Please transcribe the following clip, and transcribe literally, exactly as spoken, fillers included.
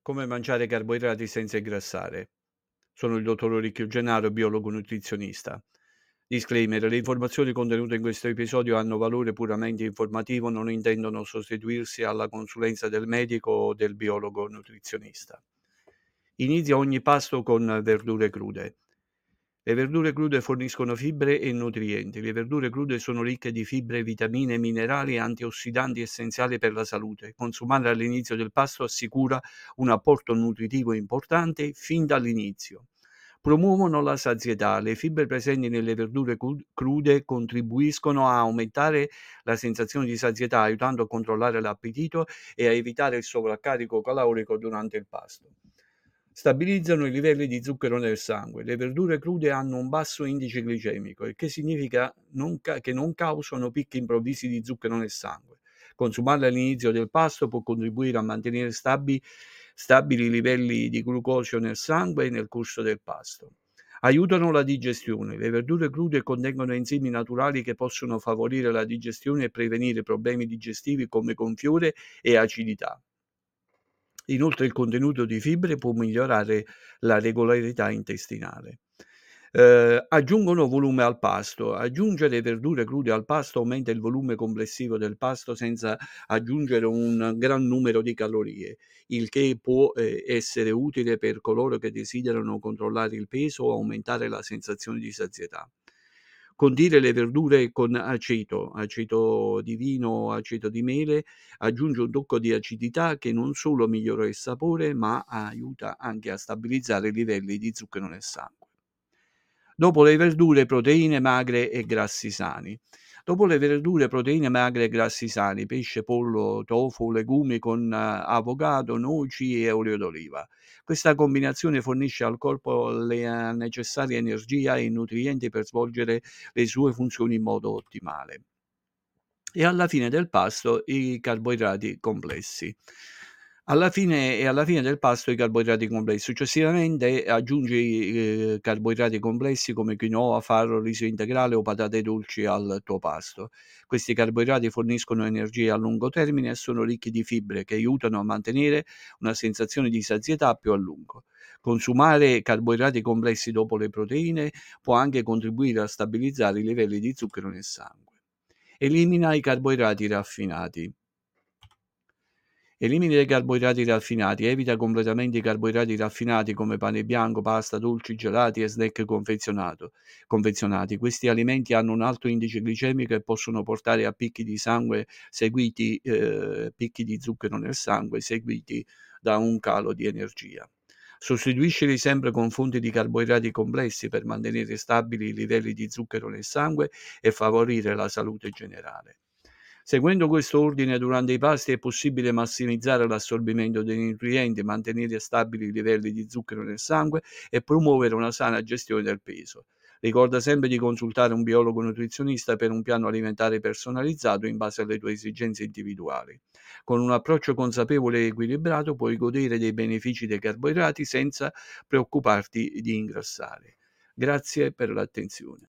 Come mangiare carboidrati senza ingrassare. Sono il dottor Orecchio Gennaro, biologo nutrizionista. Disclaimer: le informazioni contenute in questo episodio hanno valore puramente informativo, non intendono sostituirsi alla consulenza del medico o del biologo nutrizionista. Inizia ogni pasto con verdure crude. Le verdure crude forniscono fibre e nutrienti. Le verdure crude sono ricche di fibre, vitamine, minerali e antiossidanti essenziali per la salute. Consumarle all'inizio del pasto assicura un apporto nutritivo importante fin dall'inizio. Promuovono la sazietà. Le fibre presenti nelle verdure cru- crude contribuiscono a aumentare la sensazione di sazietà, aiutando a controllare l'appetito e a evitare il sovraccarico calorico durante il pasto. Stabilizzano i livelli di zucchero nel sangue. Le verdure crude hanno un basso indice glicemico, il che significa non ca- che non causano picchi improvvisi di zucchero nel sangue. Consumarle all'inizio del pasto può contribuire a mantenere stabi- stabili livelli di glucosio nel sangue nel corso del pasto. Aiutano la digestione. Le verdure crude contengono enzimi naturali che possono favorire la digestione e prevenire problemi digestivi come gonfiore e acidità. Inoltre il contenuto di fibre può migliorare la regolarità intestinale. Ehm, aggiungono volume al pasto. Aggiungere verdure crude al pasto aumenta il volume complessivo del pasto senza aggiungere un gran numero di calorie, il che può, ehm, essere utile per coloro che desiderano controllare il peso o aumentare la sensazione di sazietà. Condire le verdure con aceto, aceto di vino o aceto di mele, aggiunge un tocco di acidità che non solo migliora il sapore, ma aiuta anche a stabilizzare i livelli di zucchero nel sangue. Dopo le verdure, proteine magre e grassi sani. Dopo le verdure, proteine magre e grassi sani, pesce, pollo, tofu, legumi con eh, avocado, noci e olio d'oliva. Questa combinazione fornisce al corpo le eh, necessarie energia e nutrienti per svolgere le sue funzioni in modo ottimale. E alla fine del pasto i carboidrati complessi. Alla fine e alla fine del pasto i carboidrati complessi. Successivamente aggiungi, ehm, carboidrati complessi come quinoa, farro, riso integrale o patate dolci al tuo pasto. Questi carboidrati forniscono energia a lungo termine e sono ricchi di fibre che aiutano a mantenere una sensazione di sazietà più a lungo. Consumare carboidrati complessi dopo le proteine può anche contribuire a stabilizzare i livelli di zucchero nel sangue. Elimina i carboidrati raffinati. Elimina i carboidrati raffinati, evita completamente i carboidrati raffinati come pane bianco, pasta, dolci, gelati e snack confezionato- confezionati. Questi alimenti hanno un alto indice glicemico e possono portare a picchi di sangue seguiti, eh, picchi di zucchero nel sangue seguiti da un calo di energia. Sostituiscili sempre con fonti di carboidrati complessi per mantenere stabili i livelli di zucchero nel sangue e favorire la salute generale. Seguendo questo ordine durante i pasti è possibile massimizzare l'assorbimento dei nutrienti, mantenere stabili i livelli di zucchero nel sangue e promuovere una sana gestione del peso. Ricorda sempre di consultare un biologo nutrizionista per un piano alimentare personalizzato in base alle tue esigenze individuali. Con un approccio consapevole e equilibrato puoi godere dei benefici dei carboidrati senza preoccuparti di ingrassare. Grazie per l'attenzione.